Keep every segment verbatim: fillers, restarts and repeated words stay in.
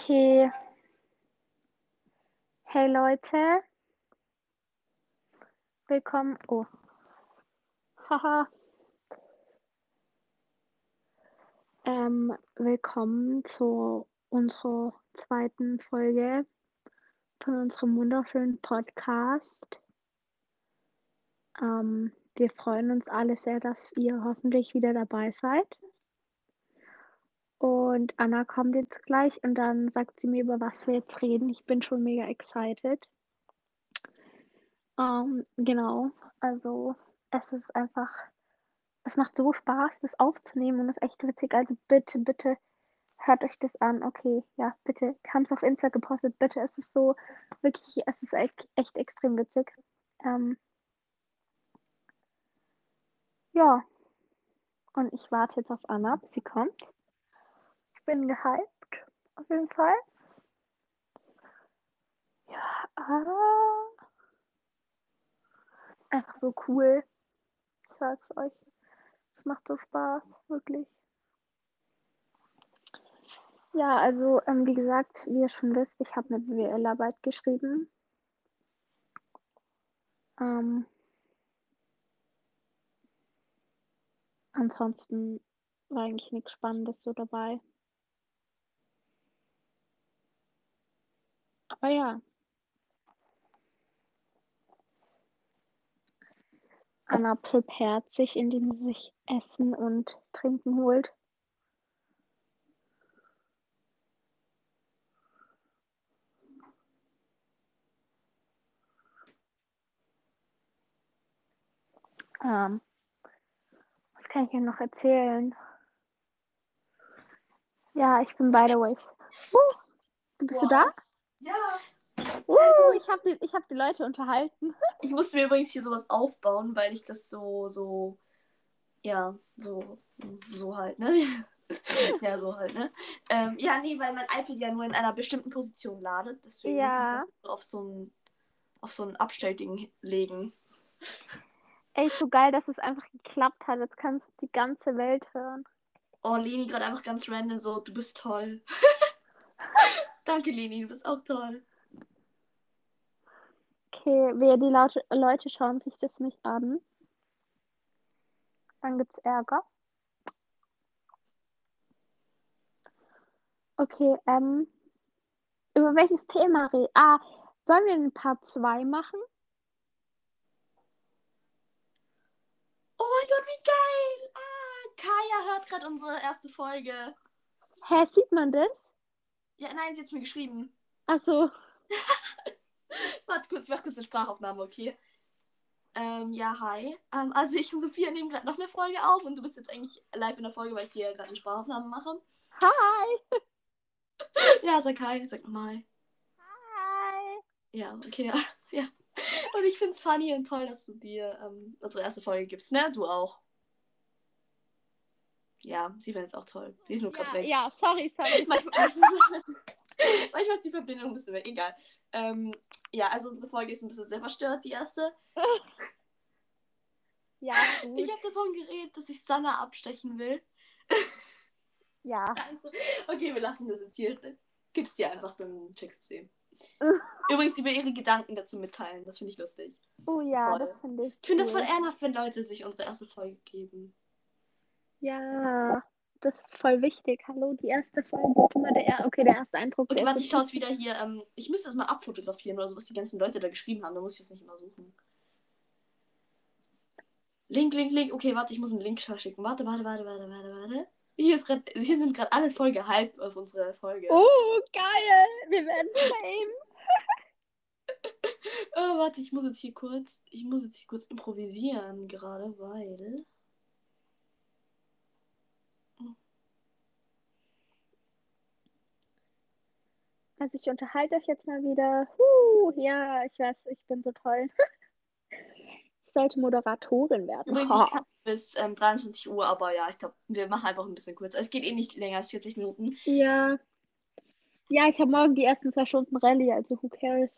Okay. Hey Leute. Willkommen. Oh. Haha. Ähm, willkommen zu unserer zweiten Folge von unserem wunderschönen Podcast. Ähm, wir freuen uns alle sehr, dass ihr hoffentlich wieder dabei seid. Und Anna kommt jetzt gleich und dann sagt sie mir, über was wir jetzt reden. Ich bin schon mega excited. Ähm, genau, also es ist einfach, es macht so Spaß, das aufzunehmen und ist echt witzig. Also bitte, bitte hört euch das an. Okay, ja, bitte. Haben es auf Insta gepostet, bitte. Es ist so wirklich, es ist echt, echt extrem witzig. Ähm, ja, und ich warte jetzt auf Anna, bis sie kommt. Ich bin gehypt, auf jeden Fall. Ja, ah, einfach so cool. Ich sag's euch. Es macht so Spaß, wirklich. Ja, also, ähm, wie gesagt, wie ihr schon wisst, ich habe eine B W L-Arbeit geschrieben. Ähm, ansonsten war eigentlich nichts Spannendes so dabei. Aber ja. Anna prepared sich, indem sie sich Essen und Trinken holt. Ähm, was kann ich ihr noch erzählen? Ja, ich bin by the way. Uh, bist wow. du da? Ja. Uh, ich habe die, hab die Leute unterhalten. Ich musste mir übrigens hier sowas aufbauen, weil ich das so, so, ja, so, so halt, ne? ja, so halt, ne? Ähm, ja, nee, weil mein iPad ja nur in einer bestimmten Position ladet. Deswegen ja. musste ich das so auf so ein, auf so ein Abstellding legen. Ey, so geil, dass es einfach geklappt hat. Jetzt kannst du die ganze Welt hören. Oh, Leni gerade einfach ganz random so, du bist toll. Danke, Leni, du bist auch toll. Okay, wer die Leute, Leute schauen sich das nicht an. Dann gibt's Ärger. Okay, ähm, über welches Thema reden? Ah, sollen wir einen Part zwei machen? Oh mein Gott, wie geil! Ah, Kaya hört gerade unsere erste Folge. Hä, sieht man das? Ja, nein, sie hat mir geschrieben. Ach so. Warte kurz, ich mach kurz eine Sprachaufnahme, okay? Ähm, ja, hi. Ähm, also ich und Sophia nehmen gerade noch eine Folge auf und du bist jetzt eigentlich live in der Folge, weil ich dir gerade eine Sprachaufnahme mache. Hi! Ja, sag hi, sag nochmal. Hi! Ja, okay, ja. ja. Und ich find's funny und toll, dass du dir ähm, unsere erste Folge gibst, ne? Du auch. Ja, sie findet es auch toll. Sie ist nur gerade Ja, weg. ja, sorry, sorry. manchmal, manchmal, manchmal ist die Verbindung ein bisschen weg, egal. Ähm, ja, also unsere Folge ist ein bisschen sehr verstört, die erste. Ja, ist gut. Ich habe davon geredet, dass ich Sanna abstechen will. Ja. Also, okay, wir lassen das jetzt hier. Gib's dir einfach, dann checkst du sie. Übrigens, sie will ihre Gedanken dazu mitteilen. Das finde ich lustig. Oh ja, voll. das finde ich Ich finde cool. das voll ehrenhaft, wenn Leute sich unsere erste Folge geben. Ja, das ist voll wichtig. Hallo, die erste Folge. Guck mal, der, okay, der erste Eindruck. Okay, der warte, ist ich schaue es wieder hier. Ähm, ich müsste das mal abfotografieren oder so, was die ganzen Leute da geschrieben haben. Da muss ich das nicht immer suchen. Link, Link, Link. Okay, warte, ich muss einen Link schicken. Warte, warte, warte, warte, warte, warte. Hier, ist grad, hier sind gerade alle voll gehypt auf unsere Folge. Oh, geil. Wir werden Fame. Oh, warte, ich muss jetzt hier kurz, ich muss jetzt hier kurz improvisieren gerade, weil... Also ich unterhalte euch jetzt mal wieder. Huh, ja, ich weiß, ich bin so toll. Ich sollte Moderatorin werden. Übrigens, ich kann bis ähm, dreiundzwanzig Uhr, aber ja, ich glaube, wir machen einfach ein bisschen kurz. Es geht eh nicht länger als vierzig Minuten. Ja. Ja, ich habe morgen die ersten zwei Stunden Rallye, also who cares?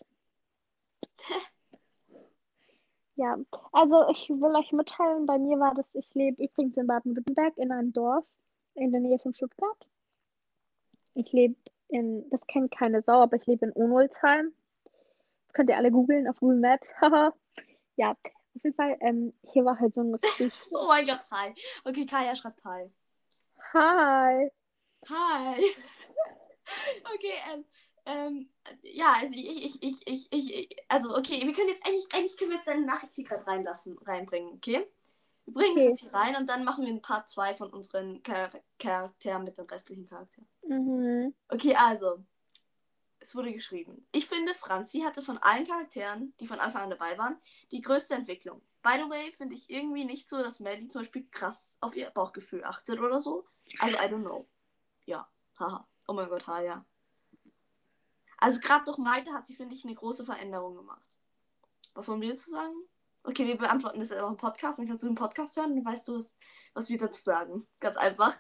Ja, also ich will euch mitteilen, bei mir war das, ich lebe übrigens in Baden-Württemberg in einem Dorf in der Nähe von Stuttgart. Ich lebe in, das kennt keine Sau, aber ich lebe in Unolsheim. Das könnt ihr alle googeln auf Google Maps. Haha. Ja, auf jeden Fall, ähm, hier war halt so ein richtig. Oh mein Gott, hi. Okay, Kaya schreibt hi. Hi. Hi. Okay, ähm, ähm, ja, also ich, ich, ich, ich, ich, ich, also okay, wir können jetzt eigentlich, eigentlich können wir jetzt eine Nachricht hier gerade reinlassen, reinbringen, okay? Wir bringen es Okay. jetzt hier rein und dann machen wir ein Part zwei von unseren Char Charakteren mit den restlichen Charakteren. Mhm. Okay, also, es wurde geschrieben. Ich finde, Franzi hatte von allen Charakteren, die von Anfang an dabei waren, die größte Entwicklung. By the way, finde ich irgendwie nicht so, dass Melly zum Beispiel krass auf ihr Bauchgefühl achtet oder so. Also, I don't know. Ja, haha. Oh mein Gott, ha, ja. Also gerade durch Malte hat sie, finde ich, eine große Veränderung gemacht. Was wollen wir dazu sagen? Okay, wir beantworten das einfach im Podcast. Dann kannst du den Podcast hören und dann weißt du, was, was wir dazu sagen. Ganz einfach.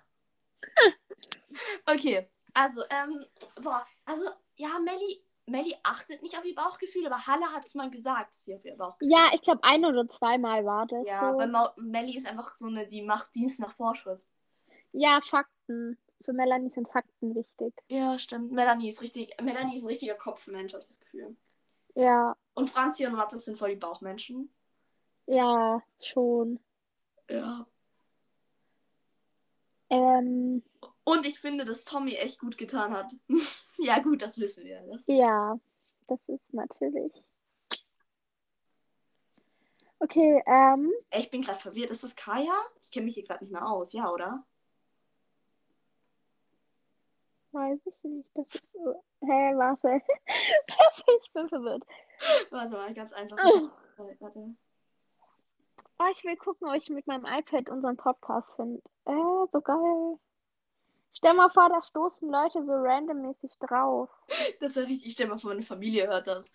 Okay, also, ähm, boah, also, ja, Melly, Melly achtet nicht auf ihr Bauchgefühl, aber Halle hat es mal gesagt, dass sie auf ihr Bauchgefühl Ja, achtet. ich glaube, ein oder zweimal war das Ja, so. weil Ma Melly ist einfach so eine, die macht Dienst nach Vorschrift. Ja, Fakten. Für Melanie sind Fakten wichtig. Ja, stimmt. Melanie ist richtig, Melanie ist ein richtiger Kopfmensch, habe ich das Gefühl. Ja, Und Franzi und Mathis sind voll die Bauchmenschen. ja, schon. Ja. Ähm, Und ich finde, dass Tommy echt gut getan hat. Ja, gut, das wissen wir. Das ist... ja, das ist natürlich. Okay, ähm, Ey, ich bin gerade verwirrt. Ist das Kaya? Ich kenne mich hier gerade nicht mehr aus, ja, oder? weiß ich nicht. Das ist so. Hä, warte. Ich bin verwirrt. Warte mal, ganz einfach. Ich... Oh, Warte. oh, ich will gucken, ob ich mit meinem iPad unseren Podcast finde. Äh, so geil. Stell mal vor, da stoßen Leute so randommäßig drauf. Das wäre richtig. Ich stell mal vor, meine Familie hört das.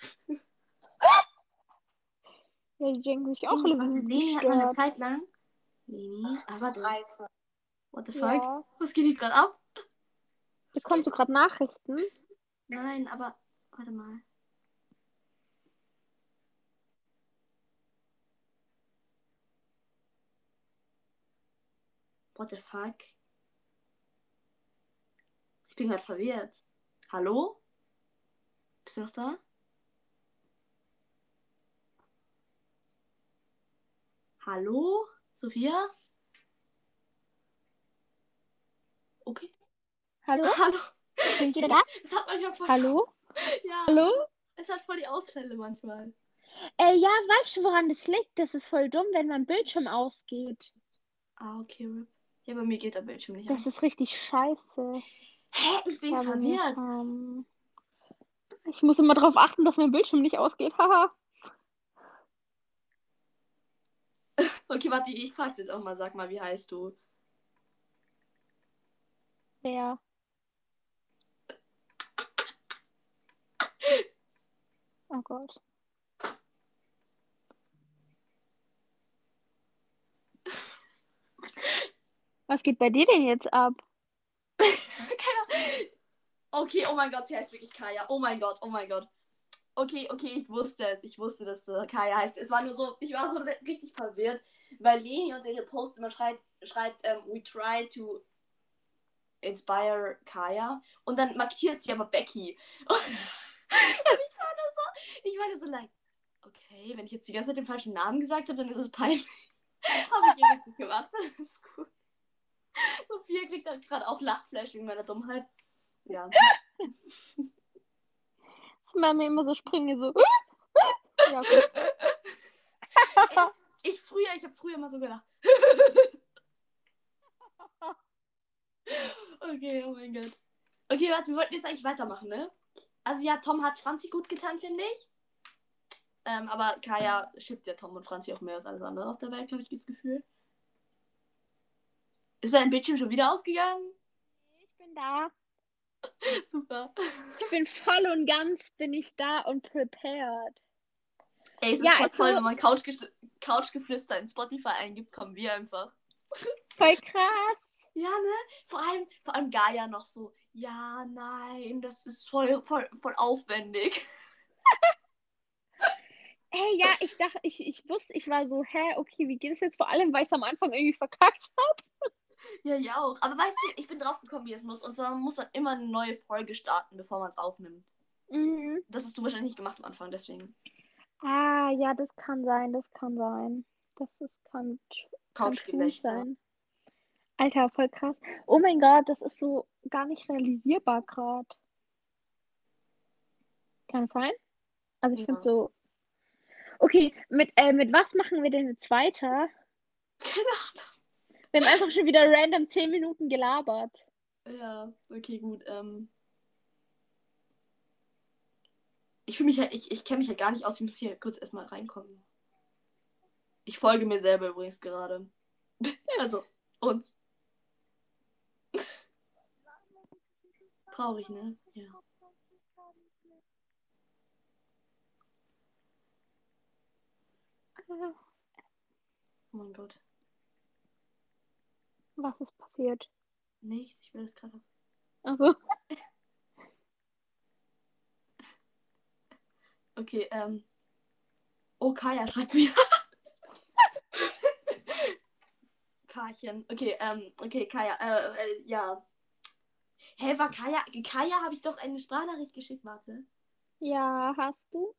Ja, die denken sich auch Ding ist, alle, wir warte, sind Leni hat mal eine gestört. Zeit lang. Leni, aber warte. What the fuck? Ja. Was geht hier gerade ab? Was Bekommst du geht... gerade Nachrichten? Nein, aber. Warte mal. What the fuck? Ich bin gerade verwirrt. Hallo? Bist du noch da? Hallo? Sophia? Okay. Hallo? Hallo? Bin ich wieder da? Es hat manchmal voll... Hallo? Ja, Hallo? es hat voll die Ausfälle manchmal. Äh, ja, weißt du, woran das liegt? Das ist voll dumm, wenn mein Bildschirm ausgeht. Ah, okay, R I P. Ja, bei mir geht der Bildschirm nicht Das aus. ist richtig scheiße. Hä? Ich bin Ja, bei mir verwirrt. schon. Ich muss immer darauf achten, dass mein Bildschirm nicht ausgeht. Haha. Okay, warte, ich frag's jetzt auch mal. Sag mal, wie heißt du? Ja. Oh Gott. Was geht bei dir denn jetzt ab? Keine Ahnung. Okay, oh mein Gott, sie heißt wirklich Kaya. Oh mein Gott, oh mein Gott. Okay, okay, ich wusste es. Ich wusste, dass äh, Kaya heißt. Es war nur so, ich war so richtig verwirrt, weil Leni unter ihre Post immer schreibt, schreibt ähm, we try to inspire Kaya und dann markiert sie aber Becky. Und ich war nur so, ich war nur so like, okay, wenn ich jetzt die ganze Zeit den falschen Namen gesagt habe, dann ist es peinlich. Habe ich ihr richtig gemacht. Das ist gut. Sophia kriegt dann gerade auch Lachflash wegen meiner Dummheit. Ja. Das ist bei mir immer so Sprünge so. Ja, okay. Ich früher, ich habe früher immer so gedacht. Okay, oh mein Gott. Okay, warte, wir wollten jetzt eigentlich weitermachen, ne? Also ja, Tom hat Franzi gut getan, finde ich. Ähm, aber Kaya schippt ja Tom und Franzi auch mehr als alles andere auf der Welt, habe ich das Gefühl. Ist mein Bildschirm schon wieder ausgegangen? Ich bin da. Super. Ich bin voll und ganz, bin ich da und prepared. Ey, es ist Ja, voll also, toll, wenn man Couchgefl- Couchgeflüster in Spotify eingibt, kommen wir einfach. voll krass. Ja, ne? Vor allem, vor allem Gaia noch so, ja, nein, das ist voll, voll, voll aufwendig. Hey, ja, ich dachte, ich, ich wusste, ich war so, hä, okay, wie geht es jetzt? Vor allem, weil ich es am Anfang irgendwie verkackt habe. Ja, ja auch. Aber weißt du, ich bin drauf gekommen, wie es muss. Und zwar man muss dann immer eine neue Folge starten, bevor man es aufnimmt. Mhm. Das hast du wahrscheinlich nicht gemacht am Anfang, deswegen. Ah, ja, das kann sein, das kann sein. Das ist, kann, kann true Couchgelächter. sein. Alter, voll krass. Oh mein Gott, das ist so gar nicht realisierbar gerade. Kann es sein? Also ich finde Ja. so. Okay, mit, äh, mit was machen wir denn jetzt weiter? Keine Ahnung. Wir haben einfach schon wieder random zehn Minuten gelabert. Ja, okay, gut. Ähm, ich fühle mich halt, ich, ich kenne mich halt gar nicht aus. Ich muss hier kurz erstmal reinkommen. Ich folge mir selber übrigens gerade. Also, uns. Traurig, ne? Ja. Oh mein Gott. Was ist passiert? Nichts, ich will das gerade. Also, Okay, ähm. Oh, Kaya schreibt wieder. Karchen. Okay, ähm, okay, Kaya, äh, äh, ja. Hä, war Kaya, Kaya habe ich doch eine Sprachnachricht geschickt, warte. ja, hast du?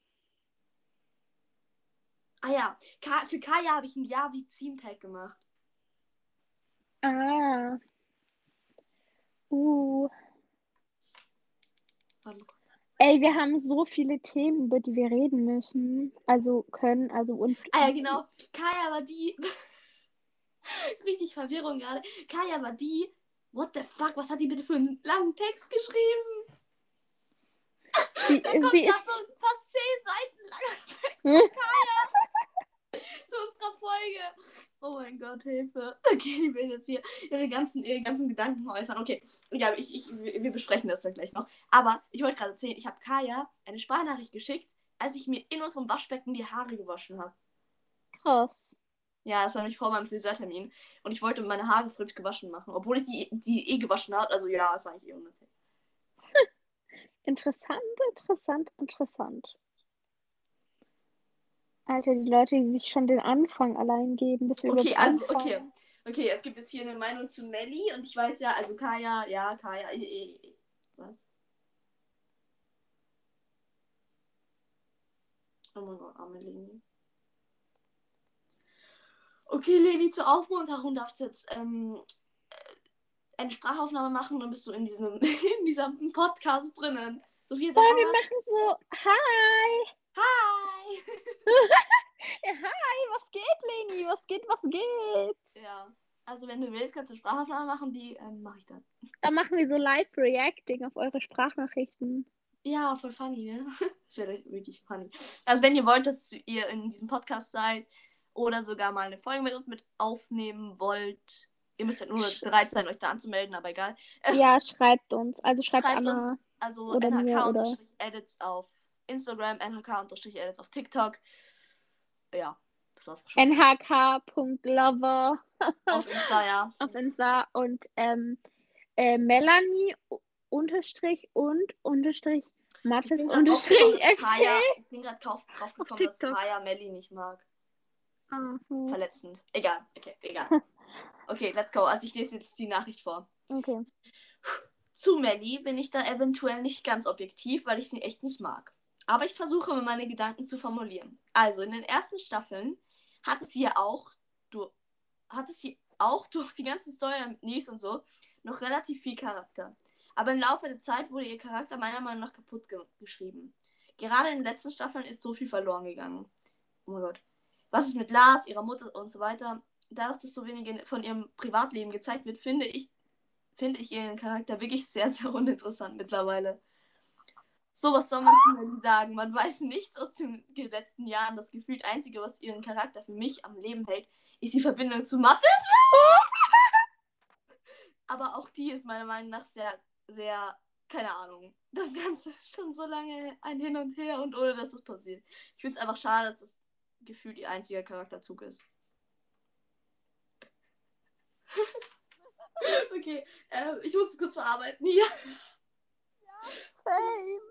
Ah ja, Ka für Kaya habe ich ein Yavi Team Pack gemacht. Ah, uh. Warte mal. Ey, wir haben so viele Themen, über die wir reden müssen. Also können, also und. Ah ja, genau. Kaya war die. Richtig Verwirrung gerade. Kaya war die. What the fuck, was hat die bitte für einen langen Text geschrieben? Sie, Da kommt sie gerade ist. so ein fast zehn Seiten langer Text von Kaya zu unserer Folge. Oh mein Gott, Hilfe. Okay, die will jetzt hier ihre ganzen, ihre ganzen Gedanken äußern. Okay, ja, ich, ich, wir besprechen das dann gleich noch. Aber ich wollte gerade erzählen, ich habe Kaya eine Sprachnachricht geschickt, als ich mir in unserem Waschbecken die Haare gewaschen habe. Krass. Ja, das war nämlich vor meinem Friseurtermin. Und ich wollte meine Haare frisch gewaschen machen. Obwohl ich die, die eh gewaschen habe. Also ja, das war eigentlich eh unnötig. Interessant, interessant, interessant. Alter, die Leute, die sich schon den Anfang allein geben, bis wir Okay, überhaupt also, okay. anfangen. Okay, es gibt jetzt hier eine Meinung zu Melly. Und ich weiß ja, also Kaya, ja, Kaya, eh, eh, eh. Was? Oh mein Gott, arme Leni. Okay, Leni, zur Aufmunterung darfst du jetzt ähm, eine Sprachaufnahme machen, dann bist du in diesem, in diesem Podcast drinnen. Sophia, Boah, sag wir Hi. machen so, hi. Hi! Ja, hi, was geht, Leni? Was geht, was geht? Ja, also wenn du willst, kannst du Sprachaufnahme machen, die ähm, mache ich dann. Dann machen wir so Live-Reacting auf eure Sprachnachrichten. Ja, voll funny, ne? Das wäre wirklich funny. Also wenn ihr wollt, dass ihr in diesem Podcast seid oder sogar mal eine Folge mit uns mit aufnehmen wollt, ihr müsst halt nur Sch bereit sein, euch da anzumelden, aber egal. Äh, ja, schreibt uns. Also schreibt schreibt Anna uns also oder mir oder. N H K-Edits auf Instagram, N H K-Edits auf TikTok. Ja, das war's schon. N H K.lover Auf Insta, ja. auf Insta und ähm, äh, Melanie unterstrich und unterstrich Ich Mathis bin gerade drauf gekommen, unterstrich dass F C Kaya, ich bin gerade drauf auf gekommen, dass TikTok. Kaya Melly nicht mag. Ah, hm. Verletzend. Egal, okay, egal. Okay, let's go. Also ich lese jetzt die Nachricht vor. Okay. Zu Melly bin ich da eventuell nicht ganz objektiv, weil ich sie echt nicht mag. Aber ich versuche mir meine Gedanken zu formulieren. Also in den ersten Staffeln hatte sie ja auch, du, hatte sie auch durch die ganzen Story mit Nies und so noch relativ viel Charakter. Aber im Laufe der Zeit wurde ihr Charakter meiner Meinung nach kaputt ge geschrieben. Gerade in den letzten Staffeln ist so viel verloren gegangen. Oh mein Gott. Was ist mit Lars, ihrer Mutter und so weiter? Dadurch, dass so wenig von ihrem Privatleben gezeigt wird, finde ich, finde ich ihren Charakter wirklich sehr, sehr uninteressant mittlerweile. So, was soll man zu Melly sagen? Man weiß nichts aus den letzten Jahren. Das gefühlt Einzige, was ihren Charakter für mich am Leben hält, ist die Verbindung zu Mathis. Aber auch die ist meiner Meinung nach sehr, sehr, keine Ahnung. Das Ganze ist schon so lange ein Hin und Her und ohne dass was passiert. Ich finde es einfach schade, dass das gefühlt ihr einziger Charakterzug ist. Okay, äh, ich muss es kurz verarbeiten hier. Same.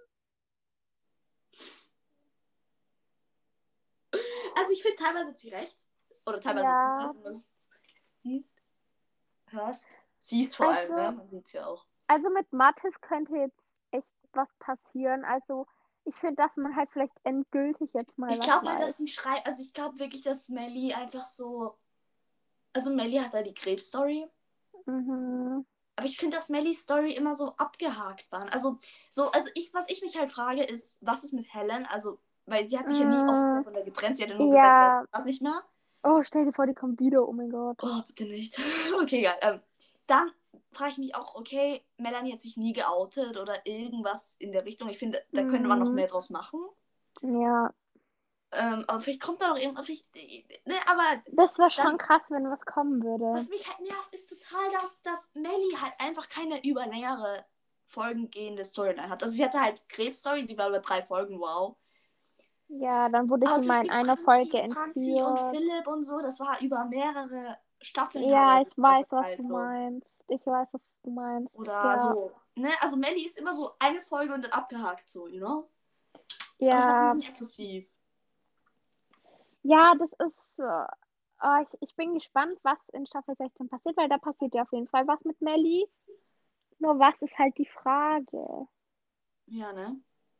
Also ich finde, teilweise hat sie recht. Oder teilweise Ja. ist sie siehst. hörst. Siehst vor Also- allem, ne? Man sieht's ja auch. Also mit Mathis könnte jetzt echt was passieren. Also ich finde, dass man halt vielleicht endgültig jetzt mal Ich was glaube halt, weiß. dass die Schrei... Also ich glaube wirklich, dass Melly einfach so... Also Melly hat ja die Krebsstory. Mhm. Aber ich finde, dass Mellys Story immer so abgehakt war. Also, so, also ich, was ich mich halt frage, ist, was ist mit Helen? Also, weil sie hat sich ja nie offiziell Mm, von der getrennt. Sie hat ja nur ja. gesagt, was nicht mehr. Oh, stell dir vor, die kommt wieder. Oh mein Gott. Oh, bitte nicht. Okay, egal. Ähm, dann frage ich mich auch, okay, Melanie hat sich nie geoutet oder irgendwas in der Richtung. Ich finde, da könnte man noch Mhm. mehr draus machen. Ja. Ähm, aber vielleicht kommt da noch irgendwas. Vielleicht, ne, aber Das wäre schon dann, krass, wenn was kommen würde. was mich halt nervt, ist total, dass, dass Melly halt einfach keine über längere Folgen gehende Storyline hat. Also sie hatte halt Krebsstory, die war über drei Folgen, wow. Ja, dann wurde Aber sie zum mal in Beispiel einer Franzi, Folge Franzi und entführt. Philipp und so, das war über mehrere Staffeln Ja, teilweise ich weiß, was verteilt, du so. meinst. Ich weiß, was du meinst. Oder Ja. so, ne? Also Melly ist immer so eine Folge und dann abgehakt, so, you know? Ja. Aber das macht mich nicht aggressiv. Ja, das ist. Äh, oh, ich, ich bin gespannt, was in Staffel sechzehn passiert, weil da passiert ja auf jeden Fall was mit Melly. Nur was ist halt die Frage? Ja, ne?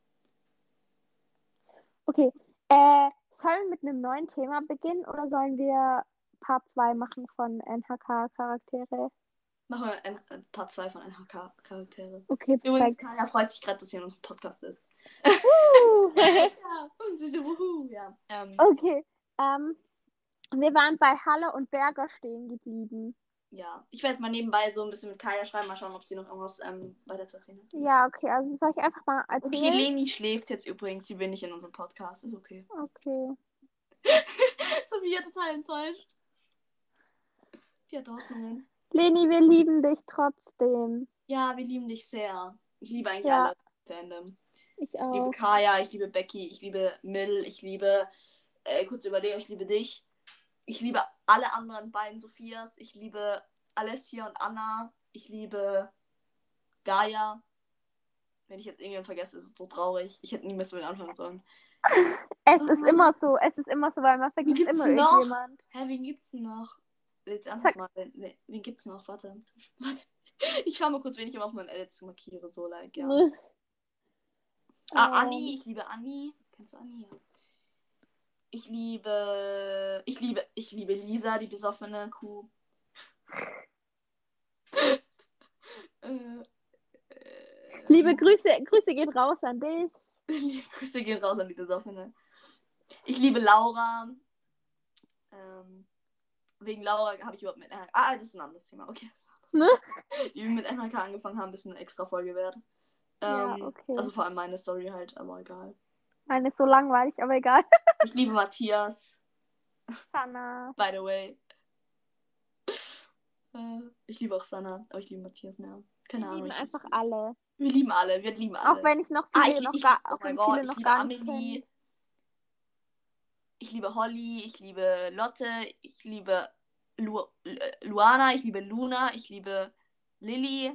Okay, äh, sollen wir mit einem neuen Thema beginnen oder sollen wir Part zwei machen von N H K-Charaktere? Machen wir ein, ein Part zwei von N H K-Charaktere. Okay, Übrigens, perfekt. Kaya freut sich gerade, dass sie in unserem Podcast ist. Woo! Ja, und sie so, wuhu, ja. Ähm, Okay, ähm, wir waren bei Halle und Berger stehen geblieben. ja, ich werde mal nebenbei so ein bisschen mit Kaya schreiben, mal schauen, ob sie noch irgendwas ähm, weiter zu erzählen hat. Ja, okay, also soll ich einfach mal Okay, erzählen? Leni schläft jetzt übrigens, sie will nicht in unserem Podcast, ist okay. Okay. Sophia total enttäuscht. Die hat Hoffnungen. Leni, wir lieben dich trotzdem. Ja, wir lieben dich sehr. Ich liebe eigentlich Ja. alle Fandom. Ich Ich liebe auch. Kaya, ich liebe Becky, ich liebe Mill, ich liebe, äh, kurz überlegen, ich liebe dich. Ich liebe alle anderen beiden Sophias. Ich liebe Alessia und Anna. Ich liebe Gaia. Wenn ich jetzt irgendjemanden vergesse, ist es so traurig. Ich hätte nie mehr so anfangen sollen. Es ist immer so, es ist immer so, weil man Wen vergisst gibt's immer noch? irgendjemand. Hä, wen gibt's noch? Jetzt ernsthaft mal. Wen, wen, wen gibt's noch? Warte. Warte. Ich schau mal kurz, wen ich immer auf meinen Edits markiere. So, like, ja. Ne. Ah, Ähm, Anni. Ich liebe Anni. Kennst du Anni? Ja. Ich liebe. Ich liebe. Ich liebe Lisa, die besoffene Kuh. äh, äh, Liebe Grüße, Grüße gehen raus an dich. Grüße gehen raus an die besoffene. Ich liebe Laura. Ähm, wegen Laura habe ich überhaupt mit N H K. Ah, das ist ein anderes Thema. Okay, das ist ein anderes Thema. Die wir mit N H K angefangen haben, ist eine extra Folge wert. Ja, Ähm, okay. Also vor allem meine Story halt, aber egal. Meine ist so langweilig, aber egal. Ich liebe Matthias, Sanna. by the way. Äh, ich liebe auch Sanna, aber ich liebe Matthias mehr. Keine Wir Ahnung. lieben Ich, einfach alle. wir lieben alle, wir lieben alle. Auch wenn ich noch ah, viele ich, noch ich, gar, oh auch mein wenn Gott, viele ich noch liebe gar nicht Amelie. kennen. Ich liebe Holly, ich liebe Lotte, ich liebe Lu Lu- Luana, ich liebe Luna, ich liebe Lilly.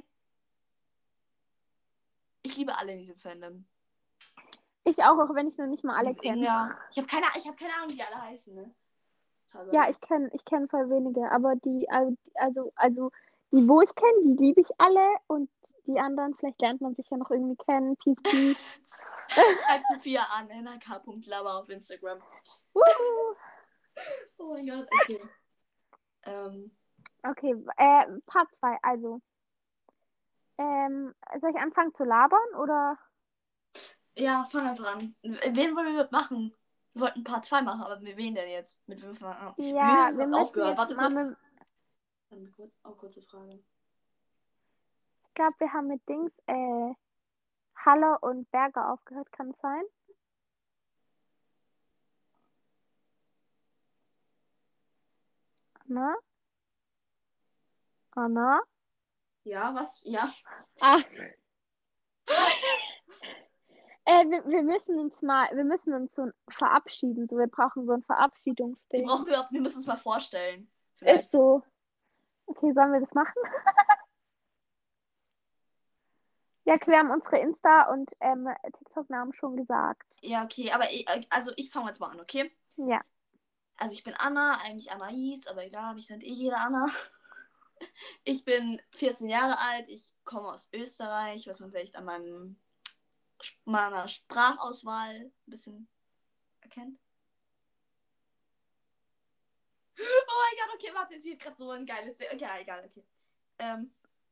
Ich liebe alle in diesem Fandom. Ich auch, auch wenn ich noch nicht mal Ich alle liebe kenne. Inga. Ich habe keine, ich hab keine Ahnung, wie die alle heißen, ne? Teilweise. Ja, ich kenne ich kenn voll wenige, aber die, also, also, also die, wo ich kenne, die liebe ich alle und die anderen, vielleicht lernt man sich ja noch irgendwie kennen. Peace, peace. Schreibt Sophia an, n h k punkt lover auf Instagram. Wuhu. Oh mein Gott, okay. Ähm, Okay, äh, Part zwei, also. Ähm, soll ich anfangen zu labern oder? ja, fang einfach an. Wen wollen wir machen? Wir wollten Part zwei machen, aber mit wem denn jetzt? Mit wem fangen wir an? Ja, Mit wem wir haben müssen aufgehört? jetzt Warte mal kurz. mit, Warte kurz. Oh, kurze Frage. ich glaube, wir haben mit Dings, äh, Halle und Berger aufgehört, kann es sein? Anna? Anna? Ja, was? Ja. Ah. Äh, wir, wir müssen uns mal, wir müssen uns so verabschieden. So, wir brauchen so ein Die Verabschiedungsding. brauchen wir, wir müssen uns mal vorstellen. Ist Vielleicht. so. Okay, sollen wir das machen? Ja, okay, wir haben unsere Insta- und ähm, TikTok-Namen schon gesagt. Ja, okay, aber ich, also ich fange jetzt mal an, okay? Ja. Also ich bin Anna, eigentlich Anais, aber egal, mich nennt eh jeder Anna. Ich bin vierzehn Jahre alt, ich komme aus Österreich, was man vielleicht an meinem, meiner Sprachauswahl ein bisschen erkennt. Oh mein Gott, okay, warte, ist hier gerade so ein geiles... Okay, egal, okay. Ähm,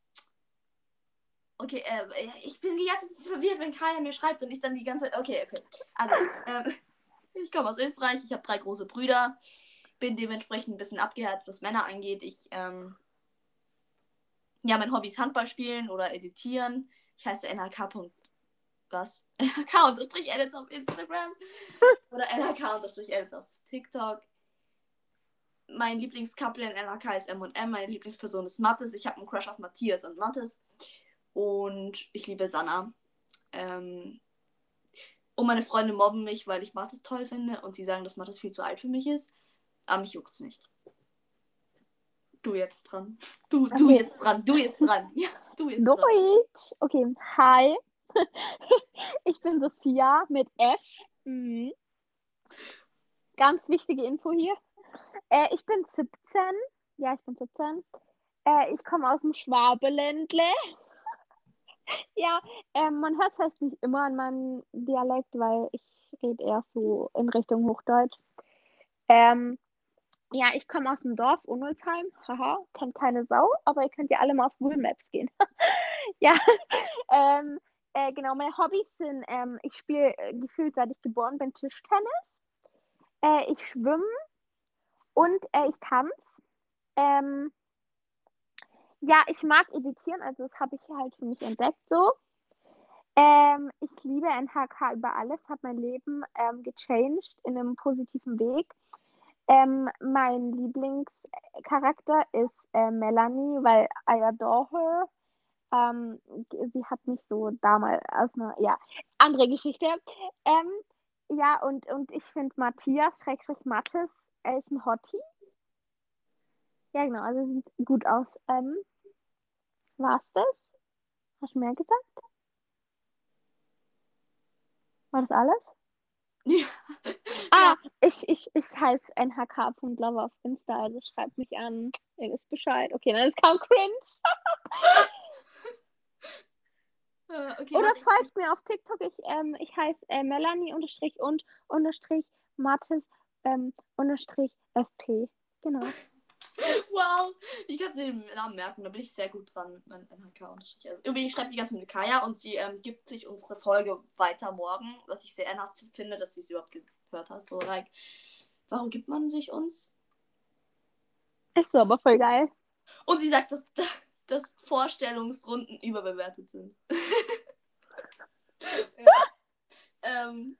okay, äh, ich bin die ganze Zeit verwirrt, wenn Kaya mir schreibt und ich dann die ganze Zeit... Okay, okay. Also, ähm, ich komme aus Österreich, ich habe drei große Brüder, bin dementsprechend ein bisschen abgehärtet, was Männer angeht. Ich, ähm... Ja, mein Hobby ist Handball spielen oder editieren. Ich heiße N H K. Was? N H K-Edits auf Instagram oder N H K-Edits auf TikTok. Mein Lieblingscouple in N H K ist M und M. Meine Lieblingsperson ist Mathis. Ich habe einen Crush auf Matthias und Mathis. Und ich liebe Sanna. Ähm, und meine Freunde mobben mich, weil ich Mathis toll finde. Und sie sagen, dass Mathis viel zu alt für mich ist. Aber mich juckt's nicht. Du jetzt dran. Du, du Okay. jetzt dran. Du jetzt dran. Ja, du jetzt dran. Deutsch. Okay, hi. Ich bin Sophia mit F. Mhm. Ganz wichtige Info hier. Äh, ich bin siebzehn. Ja, ich bin siebzehn. Äh, ich komme aus dem Schwabeländle. Ja, ähm, man hört es halt nicht immer an meinem Dialekt, weil ich rede eher so in Richtung Hochdeutsch. Ähm, ja, ich komme aus dem Dorf Unnolsheim. Haha, kennt keine Sau, aber ihr könnt ja alle mal auf Google Maps gehen. Ja, ähm, äh, genau, meine Hobbys sind, ähm, ich spiele äh, gefühlt seit ich geboren bin Tischtennis. Äh, ich schwimme und äh, ich tanze. Ähm, ja, ich mag editieren, also das habe ich halt für mich entdeckt so. Ähm, ich liebe N H K über alles, habe mein Leben ähm, gechanged in einem positiven Weg. Ähm, mein Lieblingscharakter ist äh, Melanie, weil I adore her. Ähm, sie hat mich so damals aus einer, ja, andere Geschichte. Ähm, ja, und, und ich finde Matthias, Schrägstrich Mathis, er ist ein Hottie. Ja, genau, also sieht gut aus. Ähm, war's das? Hast du mehr gesagt? War das alles? Ja. Ah, Ja. ich, ich, ich heiße n h k punkt lover auf Insta, also schreibt mich an. Ihr wisst Bescheid. Okay, dann ist kaum cringe. Äh, okay, Oder warte. Ich, folgt mir auf TikTok. Ich, ähm, ich heiße äh, Melanie unterstrich und unterstrich Mathis ähm, unterstrich F P. Genau. wow. Ich kann den Namen merken, da bin ich sehr gut dran mit meinem N H K-Unterstrich. Also, übrigens schreibt die ganze mit Kaya und sie ähm, gibt sich unsere Folge weiter morgen, was ich sehr ernsthaft finde, dass sie es überhaupt gehört hat. So, like, warum gibt man sich uns? Ist so, aber voll geil. Und sie sagt, dass, dass Vorstellungsrunden überbewertet sind. Ja. Ähm,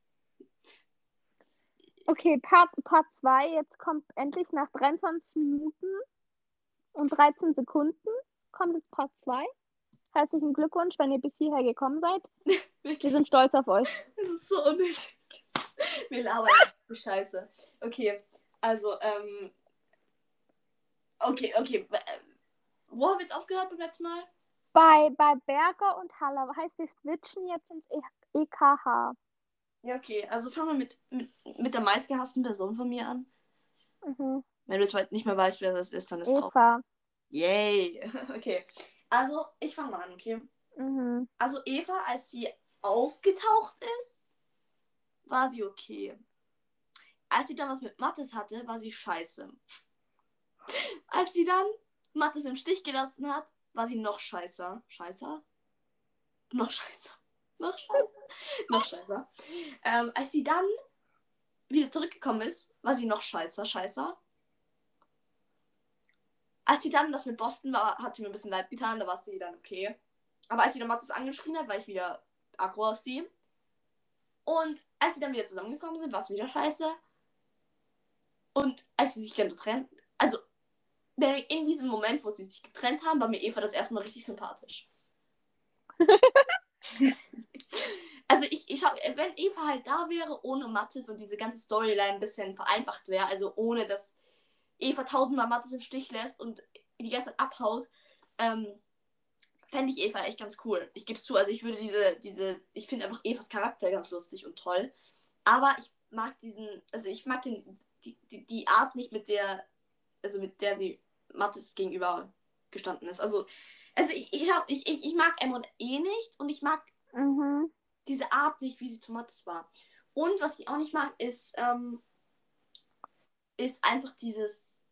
Okay, Part, Part zwei. Jetzt kommt endlich nach dreiundzwanzig Minuten und dreizehn Sekunden kommt jetzt Part zwei. Herzlichen Glückwunsch, wenn ihr bis hierher gekommen seid. wirklich, Wir sind stolz auf euch. das ist so unnötig. Wir labern echt die Scheiße. Okay, also, ähm, okay, okay. äh, Wo haben wir jetzt aufgehört beim letzten Mal? Bei, bei Berger und Haller heißt, wir switchen jetzt ins E K H. Ja, okay. Also fangen wir mit, mit, mit der meistgehassten Person von mir an. Mhm. Wenn du jetzt nicht mehr weißt, wer das ist, dann ist traurig. Eva. Yay. Okay. Also, ich fange mal an, okay? Mhm. Also, Eva, als sie aufgetaucht ist, war sie okay. Als sie dann was mit Mathis hatte, war sie scheiße. Als sie dann Mathis im Stich gelassen hat, war sie noch scheißer. Scheißer? Noch scheißer. Noch scheißer. Noch scheißer. Ähm, als sie dann wieder zurückgekommen ist, war sie noch scheißer. Scheißer. Als sie dann das mit Boston war, hat sie mir ein bisschen leid getan, da war sie dann okay. Aber als sie dann Mathis angeschrien hat, war ich wieder aggro auf sie. Und als sie dann wieder zusammengekommen sind, war es wieder scheiße. Und als sie sich getrennt, also in diesem Moment, wo sie sich getrennt haben, war mir Eva das erstmal richtig sympathisch. Also ich, ich hab, wenn Eva halt da wäre, ohne Mathis und diese ganze Storyline ein bisschen vereinfacht wäre, also ohne dass Eva tausendmal Mathis im Stich lässt und die ganze Zeit abhaut, ähm, fände ich Eva echt ganz cool. Ich gebe es zu, also ich würde diese, diese, ich finde einfach Evas Charakter ganz lustig und toll. Aber ich mag diesen, also ich mag den, die, die, die Art nicht, mit der, also mit der sie Mathis gegenüber gestanden ist. Also, also ich, ich, ich, ich, ich mag M und E nicht und ich mag Mhm. diese Art nicht, wie sie zu Mathis war. Und was ich auch nicht mag, ist, ähm, ist einfach dieses,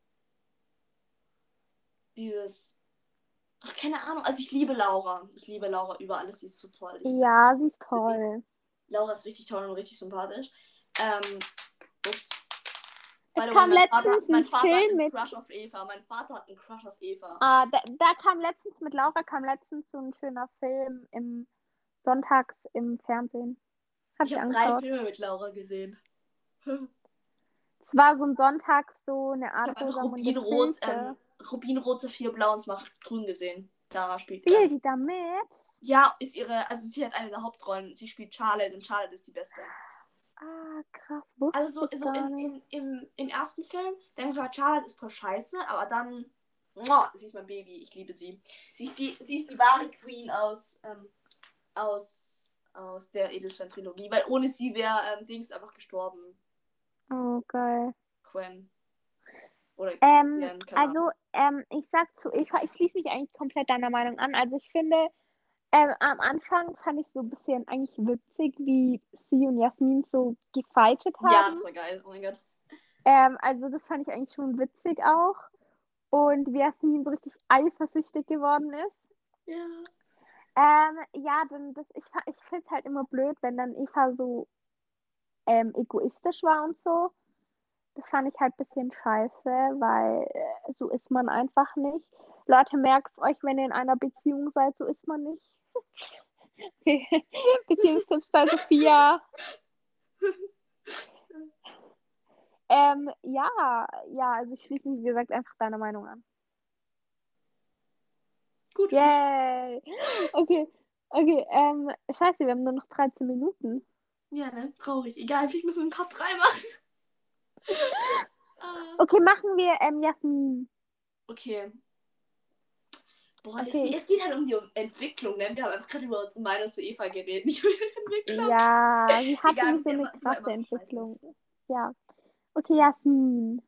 dieses, ach, keine Ahnung, also ich liebe Laura. Ich liebe Laura über alles, sie ist so toll. Ich, Ja, sie ist sie, toll. Laura ist richtig toll und richtig sympathisch. Ähm, ups. Es By the way, kam mein Vater, letztens mein ein Vater hat Film einen mit. Crush auf Eva. Mein Vater hat einen Crush auf Eva. Ah, da, da kam letztens mit Laura kam letztens so ein schöner Film im Sonntags im Fernsehen. Hab Ich ich habe drei angeschaut. Filme mit Laura gesehen. Es war so ein Sonntag, so eine Ich Art habe einfach Rosamunde Rubinrot, Pilcher. ähm, Rubinrot, Saphir Blau und Macht grün gesehen. Da spielt, Spielt ähm, die da mit? ja, ist ihre, also sie hat eine der Hauptrollen. Sie spielt Charlotte und Charlotte ist die Beste. Ah, krass, wusste Also so, ich so gar in, nicht. in, im, im ersten Film denke ich mal, Charlotte ist voll scheiße, aber dann, muah, sie ist mein Baby, ich liebe sie. Sie ist die, sie ist die wahre Queen aus, ähm, aus, aus der Edelstein-Trilogie, weil ohne sie wäre ähm, Dings einfach gestorben. Oh, geil. Quen. Oder Ähm, Qian, keine Ahnung. also, ähm, ich sag zu Eva, ich schließe mich eigentlich komplett deiner Meinung an. Also ich finde, ähm, am Anfang fand ich so ein bisschen eigentlich witzig, wie sie und Jasmin so gefightet Ja, haben. das war geil, oh mein Gott. Ähm, also das fand ich eigentlich schon witzig auch. Und wie Jasmin so richtig eifersüchtig geworden ist. Ja. Ähm, ja, dann das, ich, fa- ich finde es halt immer blöd, wenn dann Eva so ähm, egoistisch war und so. Das fand ich halt ein bisschen scheiße, weil äh, so ist man einfach nicht. Leute, merkt euch, wenn ihr in einer Beziehung seid, so ist man nicht. Okay. Beziehungstipps bei Sophia. Ähm, ja, ja, also ich schließe mich, wie gesagt, einfach deiner Meinung an. Gut. Yay! Okay, okay, ähm, scheiße, wir haben nur noch dreizehn Minuten. Ja, ne? Traurig. Egal, vielleicht müssen wir ein paar drei machen. Ah. Okay, machen wir ähm, Jasmin. Okay. Boah, es, Okay, es geht halt um die Entwicklung, ne? Wir haben einfach gerade über unsere Meinung zu Eva geredet, nicht über die Entwicklung. ja, sie hatte Egal, nicht so sie, eine immer, sie war krasse immer scheiße. Entwicklung. Ja, okay, Jasmin.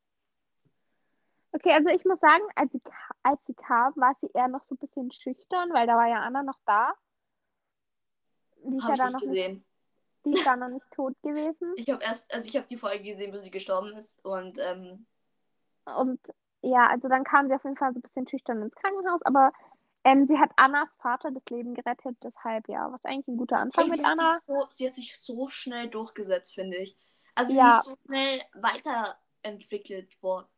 Okay, also ich muss sagen, als sie, ka- als sie kam, war sie eher noch so ein bisschen schüchtern, weil da war ja Anna noch da. Die ist Habe ja ich da nicht noch nicht, gesehen. die ist da noch nicht tot gewesen. Ich habe erst, also ich habe die Folge gesehen, wo sie gestorben ist und ähm, Und ja, also dann kam sie auf jeden Fall so ein bisschen schüchtern ins Krankenhaus, aber ähm, sie hat Annas Vater das Leben gerettet, deshalb ja, was eigentlich ein guter Anfang ey, mit sie hat sich Anna. so, sie hat sich so schnell durchgesetzt, finde ich. Also sie ist Ja, so schnell weiterentwickelt worden.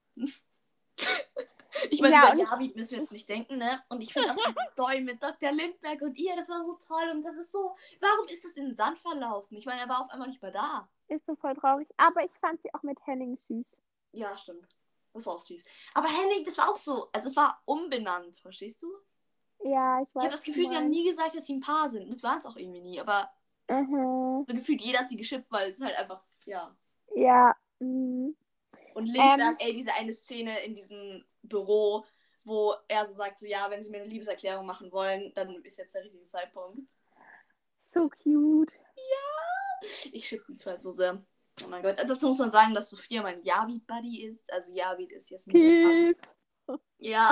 Ich meine, über ja, und ich, Javid müssen wir jetzt nicht denken, ne? Und ich finde auch diese Story mit Doktor Lindbergh und ihr, das war so toll. Und das ist so, warum ist das in den Sand verlaufen? Ich meine, er war auf einmal nicht mehr da. ist so voll traurig, aber ich fand sie auch mit Henning süß. Ja, stimmt. Das war auch süß. Aber Henning, das war auch so, also es war umbenannt, verstehst du? Ja, ich Ich habe weiß, das was du Gefühl, sie haben meinst. nie gesagt, dass sie ein Paar sind. Das waren es auch irgendwie nie. Aber Mhm. so gefühlt, jeder hat sie geschippt, weil es ist halt einfach, ja. Ja, mhm. Und Ähm, Lindbergh, ey, diese eine Szene in diesem Büro, wo er so sagt, so ja, wenn sie mir eine Liebeserklärung machen wollen, dann ist jetzt der richtige Zeitpunkt. so cute. Ich schippe die zwei so sehr. Oh mein Gott. Dazu muss man sagen, dass Sophia mein Javid-Buddy ist. Also Javid ist Jasmin. Peace. Ja.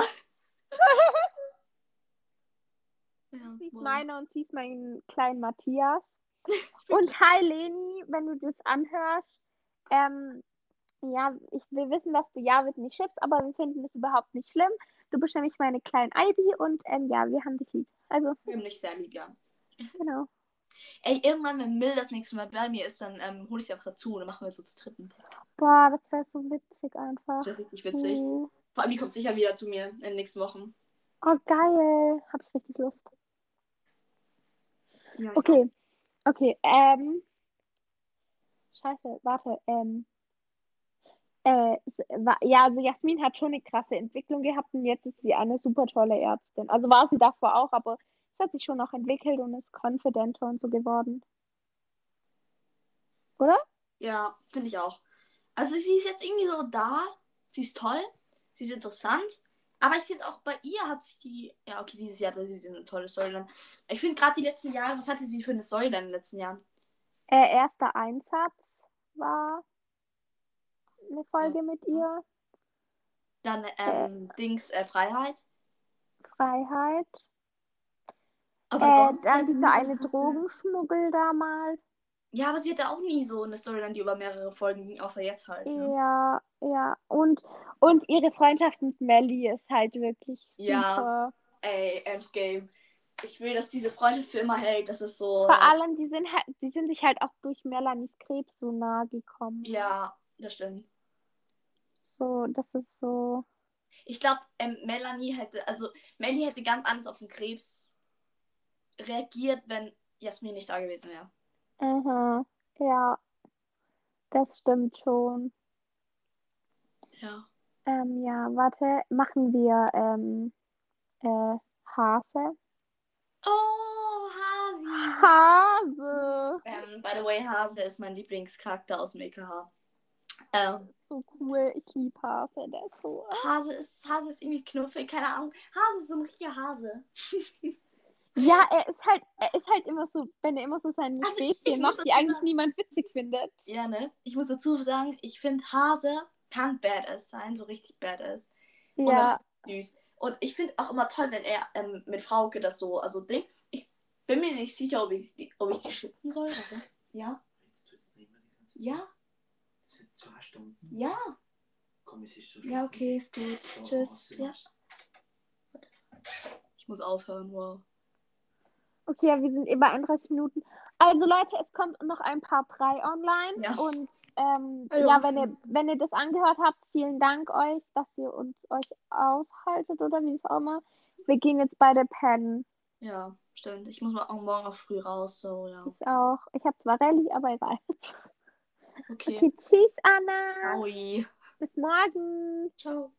Ja, Sie ist wohl. meiner und sie ist mein kleinen Matthias. Und hi Leni, wenn du das anhörst. Ähm, ja, ich, wir wissen, dass du Javid nicht schippst, aber wir finden das überhaupt nicht schlimm. Du bist nämlich meine kleine Ivy und ähm, ja, wir haben dich lieb. Also, Wir haben dich sehr lieb, ja. genau. Ey, irgendwann, wenn Mill das nächste Mal bei mir ist, dann ähm, hole ich sie einfach dazu und dann machen wir so zu dritten. Boah, das wäre so witzig Das einfach. wäre richtig witzig. Uh. Vor allem, die kommt sicher wieder zu mir in den nächsten Wochen. Oh, geil. Hab ich richtig Lust. Ja, ich auch. Okay, okay, ähm, scheiße, warte, ähm, äh, s- wa- ja, also Jasmin hat schon eine krasse Entwicklung gehabt und jetzt ist sie eine super tolle Ärztin. Also war sie davor auch, aber es hat sich schon noch entwickelt und ist confidenter und so geworden. Oder? Ja, finde ich auch. Also sie ist jetzt irgendwie so da. Sie ist toll. Sie ist interessant. Aber ich finde auch bei ihr hat sich die. Ja, okay, dieses Jahr hatte sie eine tolle Storyline. Ich finde gerade die letzten Jahre, was hatte sie für eine Storyline in den letzten Jahren? Äh, erster Einsatz war eine Ja. Folge mit ihr. Dann ähm, Dings äh, Freiheit. Freiheit. Aber Äh, sonst dann halt dieser nur so eine große... Drogenschmuggel da mal. Ja, aber sie hatte auch nie so eine Storyline, die über mehrere Folgen ging, außer jetzt halt. Ne? Ja, ja. Und, und ihre Freundschaft mit Melly ist halt wirklich Ja, super. ey, Endgame. Ich will, dass diese Freundschaft für immer hält. Das ist so. Vor allem, die sind halt, die sind sich halt auch durch Melanies Krebs so nahe gekommen. Ja, das stimmt. So, das ist so. Ich glaube, ähm, Melanie hätte, also Melly hätte ganz anders auf den Krebs reagiert, wenn Jasmin nicht da gewesen wäre. Aha, ja, das stimmt schon. Ja. Ähm, ja, warte, machen wir ähm, äh, Hase. Oh, Hasi. Hase! Ähm, by the way, Hase ist mein Lieblingscharakter aus dem E K H. Ähm, So cool, ich liebe Hase, der ist so. Hase ist, Hase ist irgendwie knuffig, keine Ahnung. Hase ist so ein richtiger Hase. Ja, er ist halt, er ist halt immer so, wenn er immer so seine Also, ich Späßchen muss macht, die dazu eigentlich sagen, niemand witzig findet. ja, ne? Ich muss dazu sagen, ich finde Hase kann badass sein, so richtig badass. Und auch Ja, süß. Und ich finde auch immer toll, wenn er ähm, mit Frauke das so, also Ding. Ich bin mir nicht sicher, ob ich, die- ob ich die schippen soll. Also, ja. Jetzt tut's nicht mehr die ganze Zeit. Ja. Das sind zwei Stunden. Ja. Komm, es ist so Ja, okay, ist gut. So, Tschüss. was, Ja. was. Ich muss aufhören, wow. okay, ja, wir sind eh bei einunddreißig Minuten. Also Leute, es kommt noch ein Part drei online. Ja. Und ähm, Also, ja, wenn ihr, wenn ihr das angehört habt, vielen Dank euch, dass ihr uns euch aushaltet oder wie es auch immer. Wir gehen jetzt beide pennen. Ja, stimmt. Ich muss mal auch morgen auch früh raus, so, ja. Ich auch. Ich habe zwar Rallye, aber egal. Okay. Okay, tschüss, Anna. Aui. Bis morgen. Ciao.